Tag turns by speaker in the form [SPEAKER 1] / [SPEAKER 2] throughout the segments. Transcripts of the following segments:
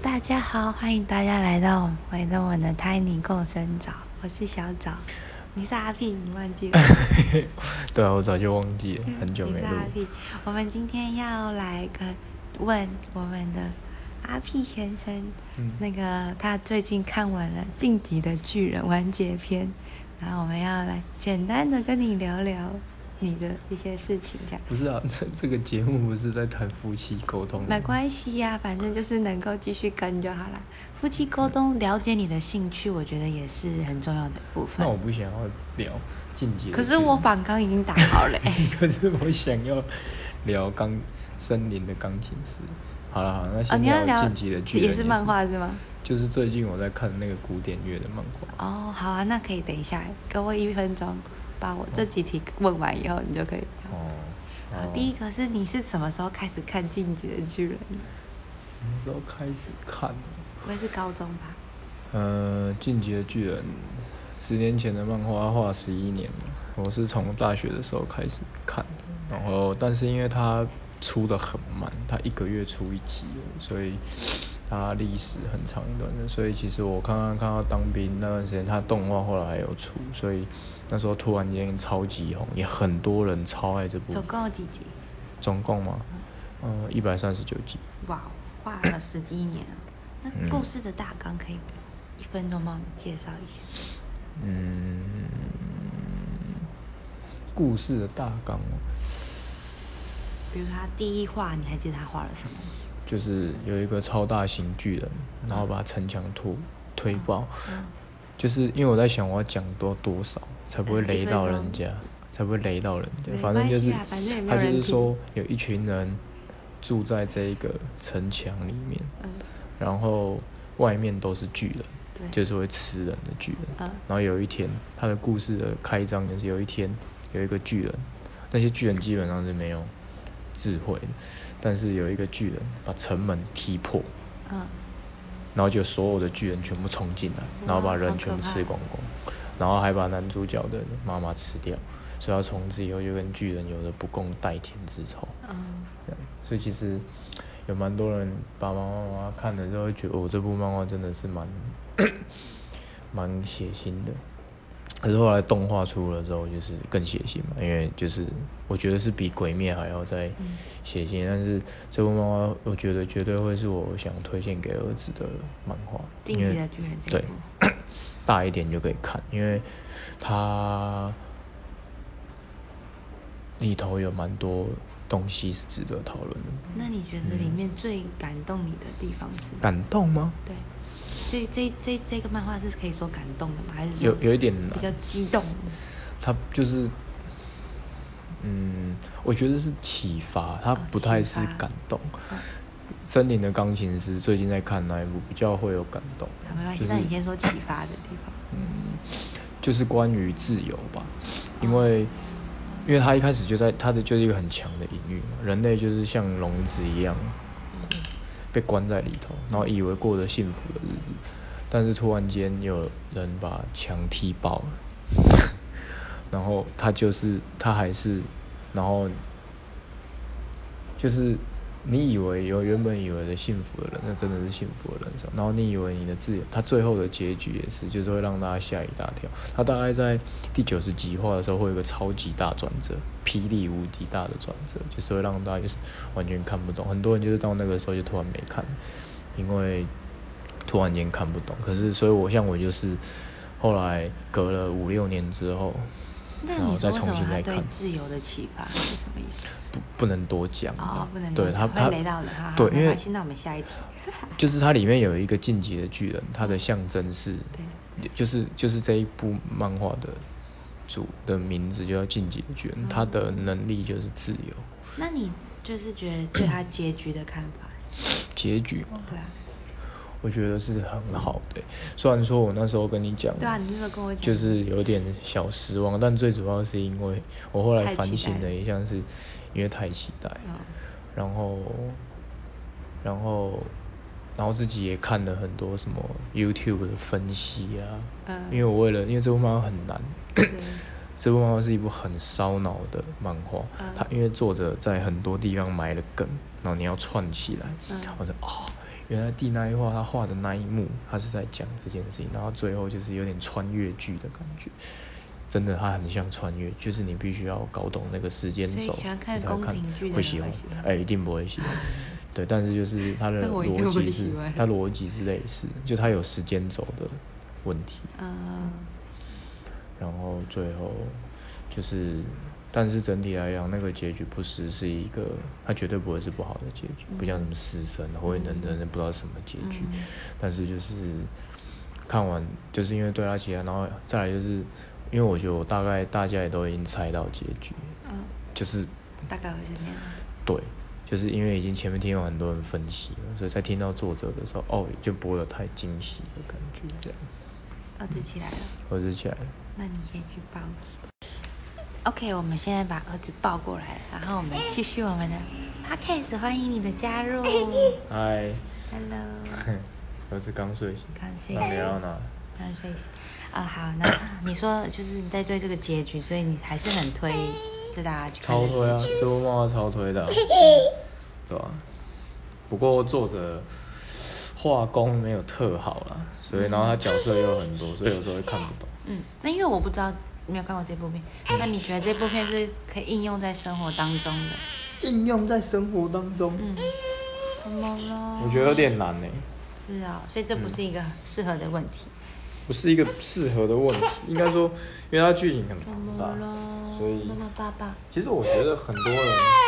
[SPEAKER 1] 大家好，欢迎大家来到我们的 Tiny 共生藻，我是小藻，你是阿屁，你忘记了？
[SPEAKER 2] 对啊，我早就忘记了，很久没录。
[SPEAKER 1] 你是阿屁，我们今天要来问我们的阿屁先生，那个他最近看完了《晋级的巨人》完结篇，然后我们要来简单的跟你聊聊你的一些事情，这样。
[SPEAKER 2] 不是啊，这个节目不是在谈夫妻沟通吗？
[SPEAKER 1] 没关系呀、反正就是能够继续跟就好了。夫妻沟通，了解你的兴趣，我觉得也是很重要的部分。
[SPEAKER 2] 那我不想要聊晋级的巨人。
[SPEAKER 1] 可是我反纲已经打好了、
[SPEAKER 2] 可是我想要聊森林的钢琴师。好了，那先聊晋级的巨人、
[SPEAKER 1] 也是漫画是吗？
[SPEAKER 2] 就是最近我在看那个古典乐的漫画。
[SPEAKER 1] 哦，好啊，那可以等一下，给我1分钟，把我这几题问完以后，你就可以聊。好，第一个是你是什么时候开始看《晋级的巨人》？
[SPEAKER 2] 什么时候开始看？
[SPEAKER 1] 不会是高中吧？
[SPEAKER 2] 晋级的巨人，10年前的漫画画11年了。我是从大学的时候开始看的，然后但是因为它出的很慢，它1个月出1集，所以它历史很长一段的。所以其实我看到当兵那段时间，它动画后来还有出，所以那时候突然间超级红，也很多人超爱这部。
[SPEAKER 1] 总共有几集？
[SPEAKER 2] 总共吗？139集。
[SPEAKER 1] 哇，画了10几年了。那故事的大纲可以1分钟帮我们介绍一下？
[SPEAKER 2] 故事的大纲
[SPEAKER 1] 比如他第一话，你还记得他画了什么吗？
[SPEAKER 2] 就是有一个超大型巨人，然后把城墙推爆。就是因为我在想我要讲多少才不会雷到人家，反正就是他就是说有一群人住在这个城墙里面，然后外面都是巨人，就是会吃人的巨人。然后有一天，他的故事的开章就是有一天有一个巨人，那些巨人基本上是没有智慧的，但是有一个巨人把城门踢破，然后就所有的巨人全部冲进来，然后把人全部吃光光，然后还把男主角的妈妈吃掉，所以他从此以后就跟巨人有了不共戴天之仇。所以其实有蛮多人爸爸妈妈看了之后会觉得，这部漫画真的是蛮血腥的。可是后来动画出了之后，就是更血腥嘛，因为就是我觉得是比《鬼灭》还要再血腥。但是这部漫画，我觉得绝对会是我想推荐给儿子的漫画。
[SPEAKER 1] 晋级的巨人这一部，
[SPEAKER 2] 对，大一点就可以看，因为它里头有蛮多东西是值得讨论的。
[SPEAKER 1] 那你觉得里面最感动你的地方是？
[SPEAKER 2] 感动吗？
[SPEAKER 1] 对。这个漫画是可以说感动的吗？还是说
[SPEAKER 2] 有一点
[SPEAKER 1] 比较激动？
[SPEAKER 2] 它就是我觉得是启发，它不太是感动。森林的钢琴师最近在看那一部，比较会有感动。
[SPEAKER 1] 没关系，那你先说启发的地方。
[SPEAKER 2] 就是关于自由吧，因为他一开始就是一个很强的隐喻嘛，人类就是像笼子一样被关在里头，然后以为过着幸福的日子，但是突然间有人把墙踢爆了，然后他还是，然后就是你原本以为的幸福的人，那真的是幸福的人生。然后你以为你的自由，他最后的结局也是，就是会让大家吓一大跳。他大概在第90集画的时候，会有一个超级大转折，霹雳无敌大的转折，就是会让大家就是完全看不懂。很多人就是到那个时候就突然没看，因为突然间看不懂。可是，所以我就是后来隔了5、6年之后，然后再重新再看。
[SPEAKER 1] 对自由的启发是什么意思？
[SPEAKER 2] 不能多讲
[SPEAKER 1] 不能多讲，会雷到人。
[SPEAKER 2] 对，因为
[SPEAKER 1] 现在我们下一题，
[SPEAKER 2] 就是它里面有一个晋级的巨人，它的象征是，就是这一部漫画的主的名字就叫晋级的巨人，他的能力就是自由。
[SPEAKER 1] 那你就是觉得对他结局的看法？
[SPEAKER 2] 结局吗？
[SPEAKER 1] 对啊。
[SPEAKER 2] 我觉得是很好的，虽然说我那时候跟你讲，
[SPEAKER 1] 对啊，你那时候跟我讲，
[SPEAKER 2] 就是有点小失望，但最主要是因为我后来反省了一下，是因为太期待，然后自己也看了很多什么 YouTube 的分析啊，因为这部漫画很难，这部漫画是一部很烧脑的漫画，它因为作者在很多地方埋了梗，然后你要串起来，我说原来第那一话他画的那一幕，他是在讲这件事情，然后最后就是有点穿越剧的感觉。真的，它很像穿越，就是你必须要搞懂那个时间轴，
[SPEAKER 1] 所以喜欢看宫廷剧的
[SPEAKER 2] 会喜欢，一定不会喜欢。对，但是就是它的逻辑是类似，就它有时间轴的问题。然后最后就是，但是整体来讲，那个结局不是一个，它绝对不会是不好的结局，不像什么死神或者等不知道什么结局。但是就是看完，就是因为对他期待，然后再来就是。因为我觉得大家也都已经猜到结局，就是
[SPEAKER 1] 大概会是那样。
[SPEAKER 2] 对，就是因为已经前面听有很多人分析了，所以在听到作者的时候，就不会有太惊喜的感觉，这样。
[SPEAKER 1] 儿子起来了。
[SPEAKER 2] 儿子起来了。那
[SPEAKER 1] 你先去抱。OK， 我们现在把儿子抱过来，然后我们继续我们的 Podcast， 欢迎你的加入。
[SPEAKER 2] 嗨。
[SPEAKER 1] Hello。
[SPEAKER 2] 儿子刚睡醒。那你要哪？
[SPEAKER 1] 刚睡醒。好，那你说就是你在追这个结局，所以你还是很推，就大家去看。
[SPEAKER 2] 超推啊！这部漫画超推的，对吧？不过作者画工没有特好啦，所以然后他角色又很多，所以有时候会看不懂。
[SPEAKER 1] 那因为我不知道没有看过这部片，那你觉得这部片是可以应用在生活当中的？
[SPEAKER 2] 应用在生活当中？
[SPEAKER 1] 怎么了？
[SPEAKER 2] 我觉得有点难呢。
[SPEAKER 1] 是啊，所以这不是一个适合的问题。
[SPEAKER 2] 不是一个适合的问题，应该说，因为它剧情很庞大，所以其实我觉得很多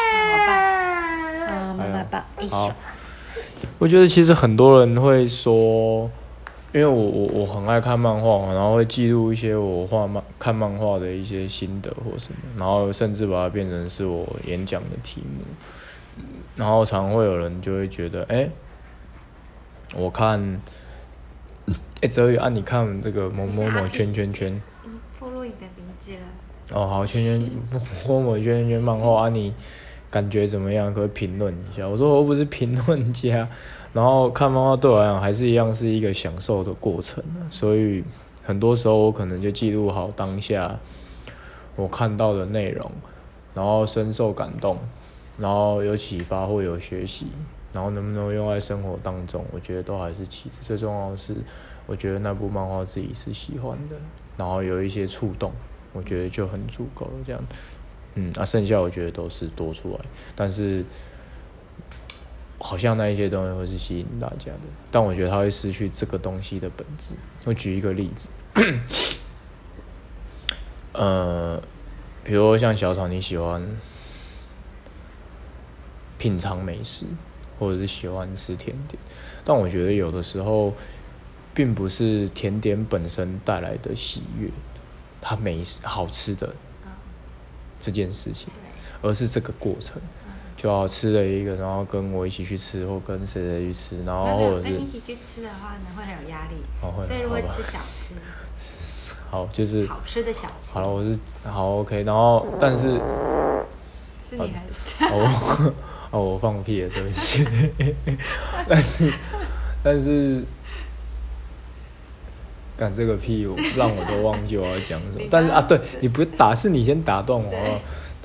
[SPEAKER 2] 人，
[SPEAKER 1] 妈妈抱，
[SPEAKER 2] 好，我觉得其实很多人会说，因为我很爱看漫画嘛，然后会记录一些我看漫画的一些心得或什么，然后甚至把它变成是我演讲的题目，然后常会有人就会觉得，我看。泽宇你看这个某圈圈圈，
[SPEAKER 1] 暴露你的名字了。
[SPEAKER 2] 好，某圈圈漫画你感觉怎么样？可以评论一下。我说我又不是评论家，然后看漫画对我来讲还是一样是一个享受的过程，所以很多时候我可能就记录好当下我看到的内容，然后深受感动，然后有启发或有学习，然后能不能用在生活当中，我觉得都还是其次，最重要的是。我觉得那部漫画自己是喜欢的，然后有一些触动，我觉得就很足够了。这样，剩下我觉得都是多出来，但是好像那一些东西会是吸引大家的，但我觉得它会失去这个东西的本质。我举一个例子，比如像小草，你喜欢品尝美食，或者是喜欢吃甜点，但我觉得有的时候。并不是甜点本身带来的喜悦，它好吃的这件事情，而是这个过程。就好吃了一个，然后跟我一起去吃，或跟谁去吃，然后或者是
[SPEAKER 1] 跟你一起去吃的话呢，会很有压力。所以如果吃小吃，
[SPEAKER 2] 好就是
[SPEAKER 1] 好吃的小吃。
[SPEAKER 2] 好了，我是好 OK， 然后但是
[SPEAKER 1] 是你还是
[SPEAKER 2] 我放屁了，对不起。但是。干这个屁，让我都忘记我要讲什么。但是对你不打，是你先打断我好不好？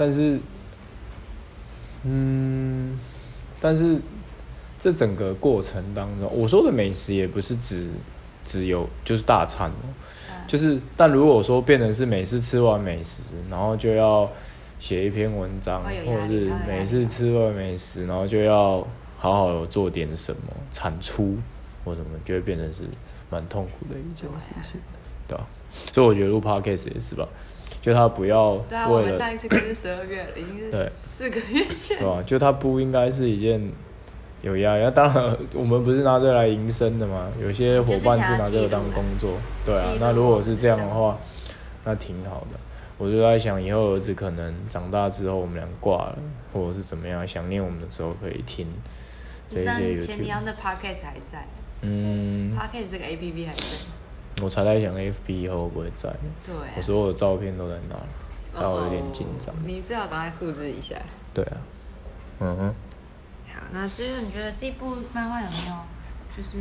[SPEAKER 2] 但是这整个过程当中，我说的美食也不是只有就是大餐就是但如果说变成是每次吃完美食，然后就要写一篇文章，或者是每次吃完美食，然后就要好好做点什么产出或什么，就会变成是。蛮痛苦的一件事情，对吧？所以我觉得录 podcast 也是吧，就他不要为了。
[SPEAKER 1] 对啊，我们上一次可是12月了，已经是4个月前。
[SPEAKER 2] 对吧？就他不应该是一件有压力。当然，我们不是拿这来营生的嘛，有些伙伴是拿这个当工作，对啊。那如果是这样的话，那挺好的。我就在想，以后儿子可能长大之后，我们俩挂了，或者是怎么样，想念我们的时候可以听这一些 YouTube。
[SPEAKER 1] 但前提要那 podcast 还在。Podcast 这个 APP 还在。
[SPEAKER 2] 我才在想 FB 以后会不会在。
[SPEAKER 1] 对啊。
[SPEAKER 2] 我所有的照片都在那，让我有点紧张。
[SPEAKER 1] 你最好赶快复制一下。
[SPEAKER 2] 对啊。
[SPEAKER 1] 好，那最后你觉得这部漫画有没有，就是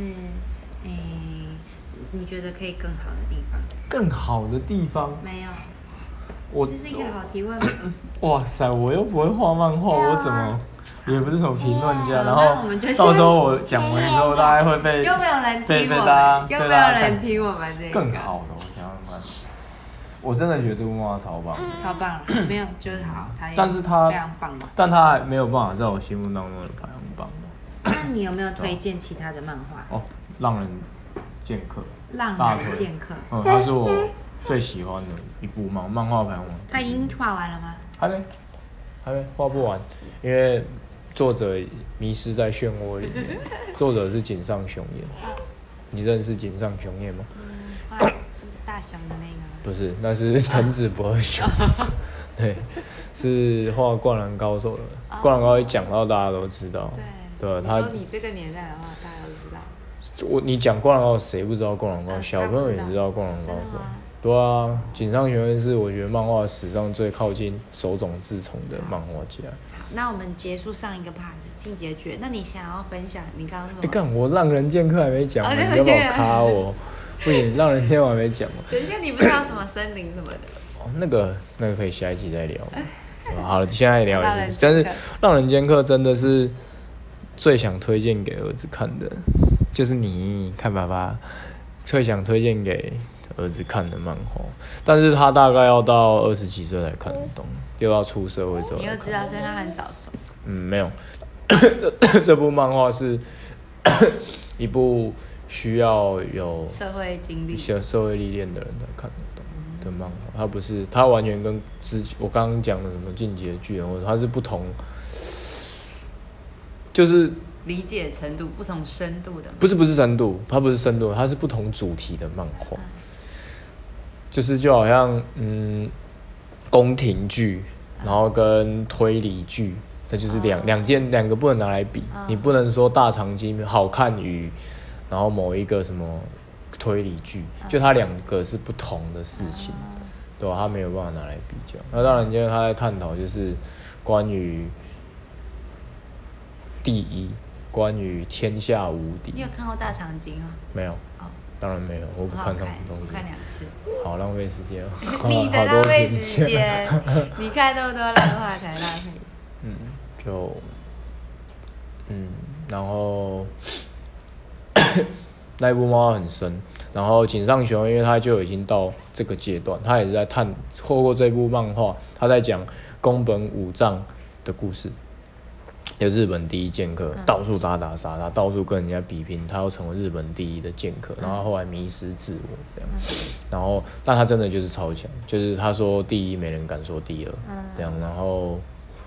[SPEAKER 1] 你觉得可以更好的地方？
[SPEAKER 2] 更好的地方？
[SPEAKER 1] 没有。这是一个好提问。
[SPEAKER 2] 哇塞，我又不会画漫画，我怎么？ 也不是什么评论家，然
[SPEAKER 1] 后
[SPEAKER 2] 到时候我讲完之后，大概会被
[SPEAKER 1] 又没有人听我们，又没有人听我们这个
[SPEAKER 2] 更好的，我想想看，我真的觉得这部漫画超棒，
[SPEAKER 1] 超棒，没有就是好，
[SPEAKER 2] 但是它
[SPEAKER 1] 非常棒，
[SPEAKER 2] 但它还没有办法在我心目当中的排行榜。
[SPEAKER 1] 那你有没有推荐其他的漫画？
[SPEAKER 2] 哦，浪人剑客，
[SPEAKER 1] 浪人剑客，
[SPEAKER 2] 它是我最喜欢的一部漫画排行榜。
[SPEAKER 1] 它已经画完了吗？
[SPEAKER 2] 还没画不完，因为作者迷失在漩涡里面。作者是井上雄彦，你认识井上雄彦吗？
[SPEAKER 1] 画大雄的那个。
[SPEAKER 2] 不是，那是藤子不二雄。对，是画《灌篮高手》的。灌篮高手一讲到大家都知道。对，他。
[SPEAKER 1] 你这个年代的话，大家都知道。
[SPEAKER 2] 你讲《灌篮高手》，谁不知道《灌篮高手》？小朋友也知道《灌篮高手》。对啊，井上雄彦是我觉得漫画史上最靠近手冢治虫的漫画家。
[SPEAKER 1] 好，那我们结束上一个 part 进阶剧，那你想要分享你刚刚什么？
[SPEAKER 2] 干，我浪人剑客还没讲，你要不要卡我？不行，浪人剑客还没讲嘛。
[SPEAKER 1] 等一下，你不是还有什么森林什么的？
[SPEAKER 2] 哦，那个可以下一集再聊。好了，现在聊一下。但是浪人剑客真的是最想推荐给儿子看的，就是你看爸爸最想推荐给儿子看的漫画，但是他大概要到20几岁才看得懂，又要出社会之后。
[SPEAKER 1] 你又知道，所以他很早熟。
[SPEAKER 2] 没有，这部漫画是一部需要有
[SPEAKER 1] 社会经历、
[SPEAKER 2] 社会历练的人才看得懂的漫画。它不是，它完全跟我刚刚讲的什么进击的巨人，或者它是不同，就是
[SPEAKER 1] 理解程度不同深度的。
[SPEAKER 2] 不是深度，它不是深度，它是不同主题的漫画。就好像宫廷剧，然后跟推理剧，它就是两个不能拿来比。你不能说大长今好看与然后某一个什么推理剧，就它两个是不同的事情，对吧？它没有办法拿来比较。那当然，今天他在探讨就是关于第一，关于天下无敌。
[SPEAKER 1] 你有看过大长今吗？
[SPEAKER 2] 没有。当然没有，我不看这种东西。
[SPEAKER 1] 我看2次。
[SPEAKER 2] 好浪费时间哦。
[SPEAKER 1] 你的浪费时间，你看那么多漫画才浪费。
[SPEAKER 2] 然后那一部漫画很深，然后井上雄彦因为他就已经到这个阶段，他也是在透过这部漫画，他在讲宫本武藏的故事。有日本第一剑客，到处打杀，他到处跟人家比拼，他要成为日本第一的剑客，然后后来迷失自我这样，然后但他真的就是超强，就是他说第一没人敢说第二，这样，然后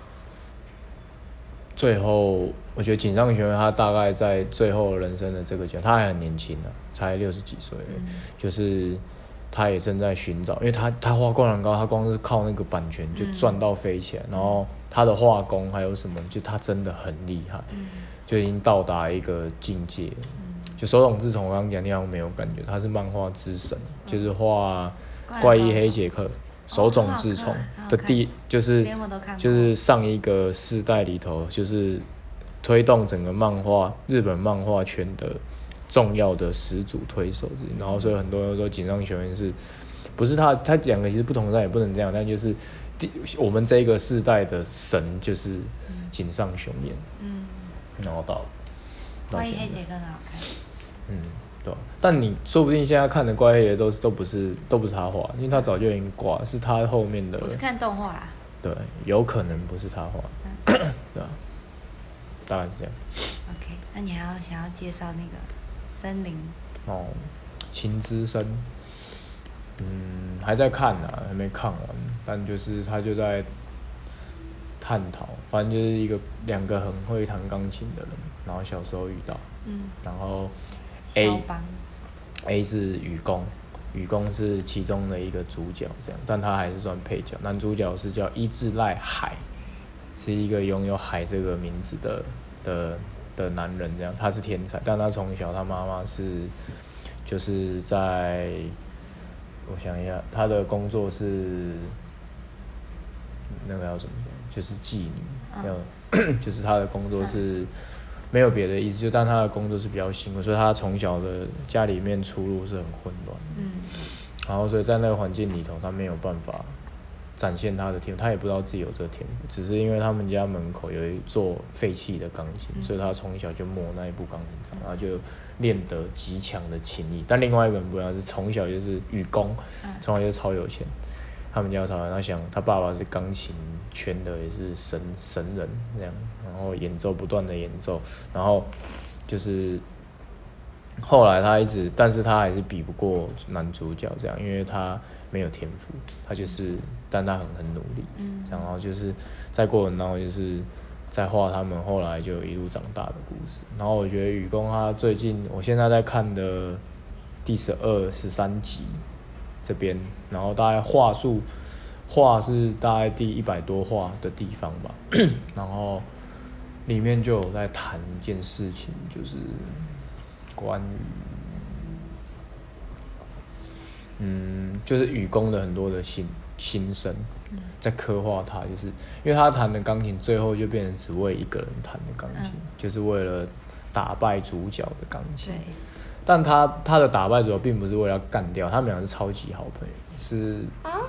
[SPEAKER 2] 最后我觉得井上雄彦他大概在最后人生的这个阶段，他还很年轻啊，才60几岁，就是他也正在寻找，因为他画灌篮高，他光是靠那个版权就赚到飞起来，然后他的画工还有什么，就他真的很厉害，就已经到达一个境界。就手冢治虫，我刚刚讲你好像没有感觉，他是漫画之神，就是画怪医黑杰克，手冢治虫的就是上一个世代里头，就是推动整个日本漫画圈的重要的始祖推手之一，然后所以很多人说井上雄彦是，不是他两个其实不同的，也不能这样，但就是我们这个世代的神就是井上雄彦，然后到
[SPEAKER 1] 怪医黑杰克很好看，
[SPEAKER 2] 对，但你说不定现在看的怪黑都不是他画，因为他早就已经挂，是他后面的。
[SPEAKER 1] 我是看动画啦。
[SPEAKER 2] 对，有可能不是他画，对啊，大概是这样。
[SPEAKER 1] OK， 那你还要想要介绍那个森林？
[SPEAKER 2] 情之森，还在看啊，还没看完，但就是他就在探讨，反正就是两个很会弹钢琴的人，然后小时候遇到，然后 A 是雨宫是其中的一个主角这样，但他还是算配角，男主角是叫伊智濑海，是一个拥有海这个名字的男人这样，他是天才，但他从小他妈妈就是在，我想一下，他的工作是那个要怎么讲，就是妓女，就是他的工作是没有别的意思，就但他的工作是比较辛苦，所以他从小的家里面出入是很混乱，然后所以在那个环境里头，他没有办法展现他的天赋，他也不知道自己有这个天赋，只是因为他们家门口有一座废弃的钢琴，所以他从小就摸那一部钢琴上，然后就练得极强的琴艺。但另外一个人不一样，是从小就是雨工，从小就超有钱。他们家超人，他想他爸爸是钢琴圈的，也是神人这样，然后不断的演奏，然后就是后来他但是他还是比不过男主角这样，因为他没有天赋，他就是，但他很努力，这样，然后就是在过程当中就是在画他们后来就一路长大的故事。然后我觉得雨宫他最近我现在在看的第13集。这边，然后大概画是大概第100多画的地方吧，然后里面就有在谈一件事情，就是关于就是雨宫的很多的心声，在刻画他，就是因为他弹的钢琴最后就变成只为一个人弹的钢琴，就是为了打败主角的钢琴。但他的打败主角并不是为了要干掉，他们俩是超级好朋友，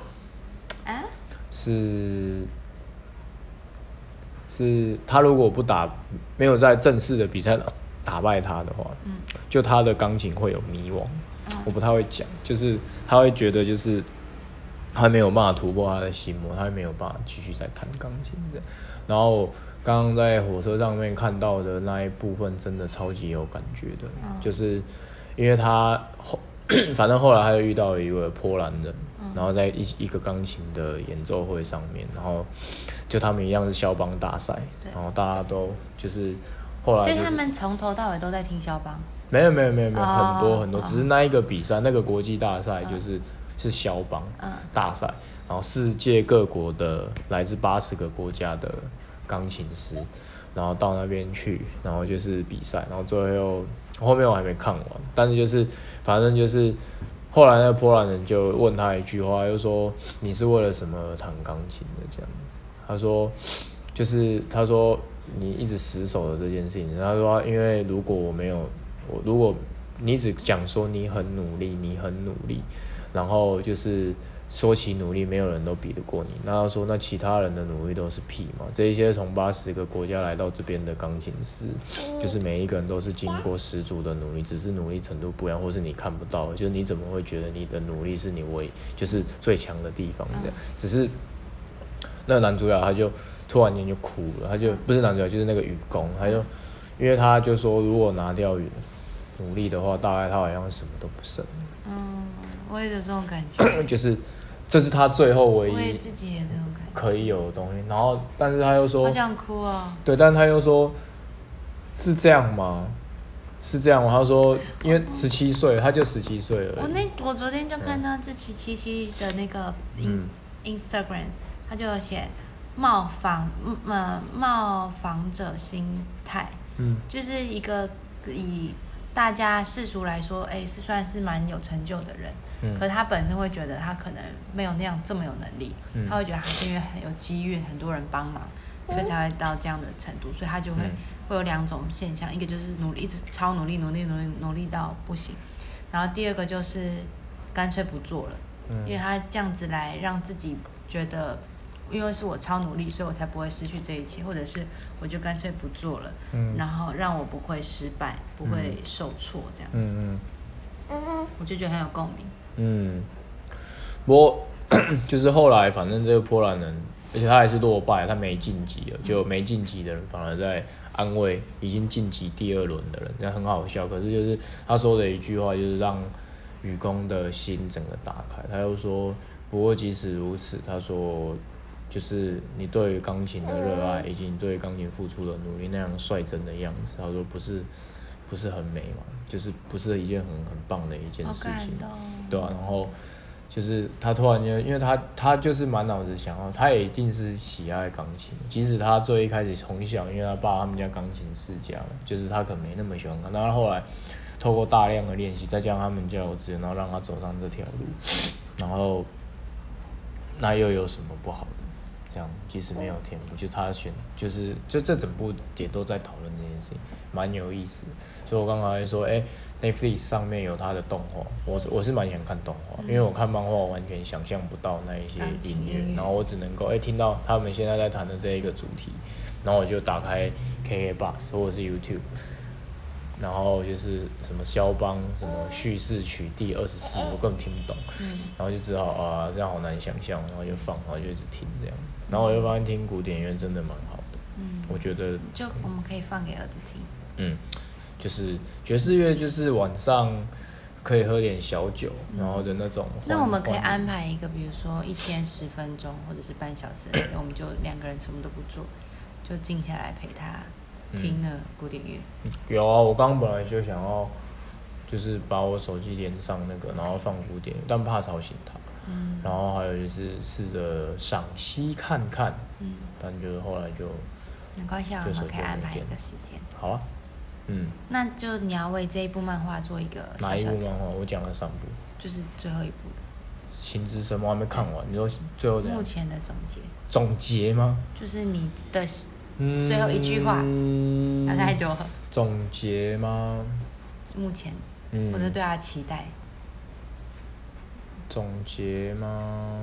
[SPEAKER 2] 是他如果没有在正式的比赛打败他的话，就他的钢琴会有迷惘，我不太会讲，就是他会觉得就是他没有办法突破他的心魔，他没有办法继续再弹钢琴这样。然后刚刚在火车上面看到的那一部分真的超级有感觉的，就是因为他反正后来他就遇到一个波兰人，然后在一个钢琴的演奏会上面，然后就他们一样是肖邦大赛，然后大家都就是后来、就是，
[SPEAKER 1] 所以他们从头到尾都在听肖邦？
[SPEAKER 2] 没有，很多，只是那一个比赛，那个国际大赛是肖邦大赛，然后世界各国的来自80个国家的钢琴师，然后到那边去，然后就是比赛，然后后面我还没看完，但是就是反正就是后来那个波兰人就问他一句话，就说你是为了什么而弹钢琴的这样？他说你一直死守的这件事情，他说因为如果你只讲说你很努力，然后就是说起努力，没有人都比得过你。那他说，那其他人的努力都是屁嘛？这一些从80个国家来到这边的钢琴师，就是每一个人都是经过十足的努力，只是努力程度不一样，或是你看不到。就是你怎么会觉得你的努力是你就是最强的地方这样？只是那个男主角他就突然间就哭了，他就不是男主角，就是那个雨宫，因为他就说，如果拿掉努力的话，大概他好像什么都不剩。
[SPEAKER 1] 我也有这种感觉，
[SPEAKER 2] 就是这是他最后唯一，
[SPEAKER 1] 我也自己也这种感觉，
[SPEAKER 2] 可以有的东西。然后，但是他又说，
[SPEAKER 1] 好想哭哦。
[SPEAKER 2] 对，但是他又说，是这样吗？是这样吗？他说，因为17岁，他就17岁而已。
[SPEAKER 1] 我昨天就看到志祺七七的那个Instagram，他就有写冒仿者心态，就是一个以大家世俗来说，是算是蛮有成就的人，可是他本身会觉得他可能没有那样这么有能力，他会觉得他是因为很有机遇，很多人帮忙，所以才会到这样的程度，所以他就会有2种现象，一个就是努力，一直超努力到不行，然后第二个就是干脆不做了，因为他这样子来让自己觉得，因为是我超努力，所以我才不会失去这一切，或者是我就干脆不做了，然后让我不会失败，不会受挫这样子，我就觉得很有共鸣。
[SPEAKER 2] 不过就是后来反正这个波兰人，而且他还是落败，他没晋级了，就没晋级的人反而在安慰已经晋级第2轮的人，这样很好笑。可是就是他说的一句话，就是让雨宫的心整个打开。他又说，不过即使如此，他说就是你对于钢琴的热爱，以及你对钢琴付出的努力那样率真的样子，他说不是很美嘛，就是不是一件很棒的一件事情，对啊，然后就是他突然间，因为他就是满脑子想要，他也一定是喜爱钢琴，即使他最一开始从小，因为他们家钢琴世家，就是他可能没那么喜欢钢琴，但他后来透过大量的练习，再加上他们家有资源，然后让他走上这条路，然后那又有什么不好的？这样，即使没有天赋，就他就这整部也都在讨论这件事情，蛮有意思的。所以我刚才说， Netflix 上面有它的动画，我是蛮想看动画，因为我看漫画我完全想象不到那一些音乐，然后我只能够听到他们现在在谈的这一个主题，然后我就打开 KKBOX 或者是 YouTube， 然后就是什么肖邦什么叙事曲第24，我根本听不懂，然后就只好这样好难想象，然后就放，然后就一直听这样，然后我就发现听古典乐真的蛮好的，我觉得
[SPEAKER 1] 就我们可以放给儿子听，
[SPEAKER 2] 就是爵士乐，就是晚上可以喝点小酒，然后的那种。
[SPEAKER 1] 那我们可以安排一个，比如说1天10分钟，或者是半小时，我们就2个人什么都不做，就静下来陪他听了古典乐。
[SPEAKER 2] 有啊，我刚刚本来就想要，就是把我手机连上那个，然后放古典乐，但怕吵醒他。然后还有就是试着赏析看看，但就是后来就
[SPEAKER 1] 没关系，我们可以安排一个时间。
[SPEAKER 2] 好啊。
[SPEAKER 1] 那就你要为这一部漫画做一个小小的。
[SPEAKER 2] 哪一部漫画？我讲了3部。
[SPEAKER 1] 就是最后一部。
[SPEAKER 2] 情之声我还没看完，你说最后
[SPEAKER 1] 目前的总结。
[SPEAKER 2] 总结吗？
[SPEAKER 1] 就是你的最后一句话，那太多。
[SPEAKER 2] 总结吗？
[SPEAKER 1] 目前，或者对他期待。
[SPEAKER 2] 总结吗？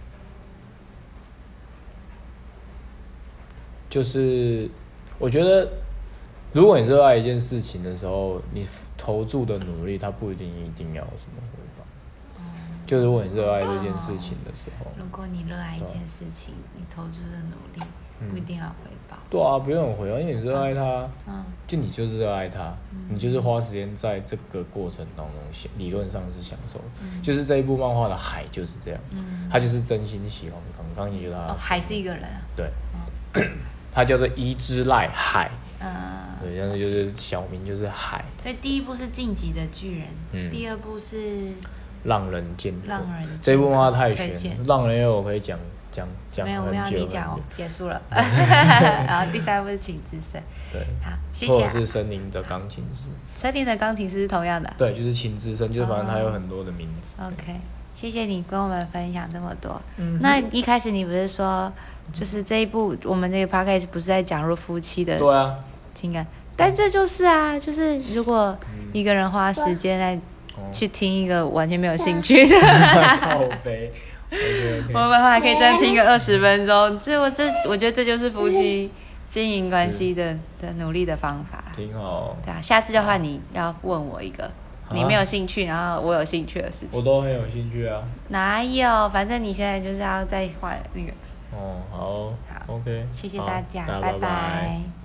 [SPEAKER 2] 就是我觉得。如果你热爱一件事情的时候，你投注的努力，它不一定要有什么回报。就如果你热爱这件事情的时候，
[SPEAKER 1] 如果你热爱一件事情，你投注的努力不一定要回报。
[SPEAKER 2] 对啊，不用有回报，因为你热爱它，就你就是热爱它，你就是花时间在这个过程当中，理论上是享受的。就是这一部漫画的海就是这样，他就是真心喜欢刚你觉得他
[SPEAKER 1] 海是一个人啊。
[SPEAKER 2] 对，他叫做伊之濑海。对，但是就是小名就是海。
[SPEAKER 1] 所以第一部是晋级的巨人，第二部是
[SPEAKER 2] 浪人剑客。
[SPEAKER 1] 这
[SPEAKER 2] 部漫画太悬，浪人我可以讲很久。
[SPEAKER 1] 没有，我们要你讲，结束了。然后第3部是情之声。
[SPEAKER 2] 对，
[SPEAKER 1] 好，谢谢。
[SPEAKER 2] 或者是森林的钢琴师。
[SPEAKER 1] 森林的钢琴师是同样的。
[SPEAKER 2] 对，就是情之声，就是反正它有很多的名字。
[SPEAKER 1] OK， 谢谢你跟我们分享这么多。那一开始你不是说，就是这一部我们这个 podcast 不是在讲入夫妻的？
[SPEAKER 2] 对啊。
[SPEAKER 1] 情感，但这就是啊，就是如果一个人花时间来去听一个完全没有兴趣的，
[SPEAKER 2] 靠北，
[SPEAKER 1] 我们还可以再听个20分钟，我觉得这就是夫妻经营关系的努力的方法。
[SPEAKER 2] 挺好。
[SPEAKER 1] 对啊，下次的话你要问我一个你没有兴趣，然后我有兴趣的事情。
[SPEAKER 2] 我都很有兴趣啊。
[SPEAKER 1] 哪有？反正你现在就是要再换那个。
[SPEAKER 2] 好 ，OK，
[SPEAKER 1] 谢谢大家，拜拜。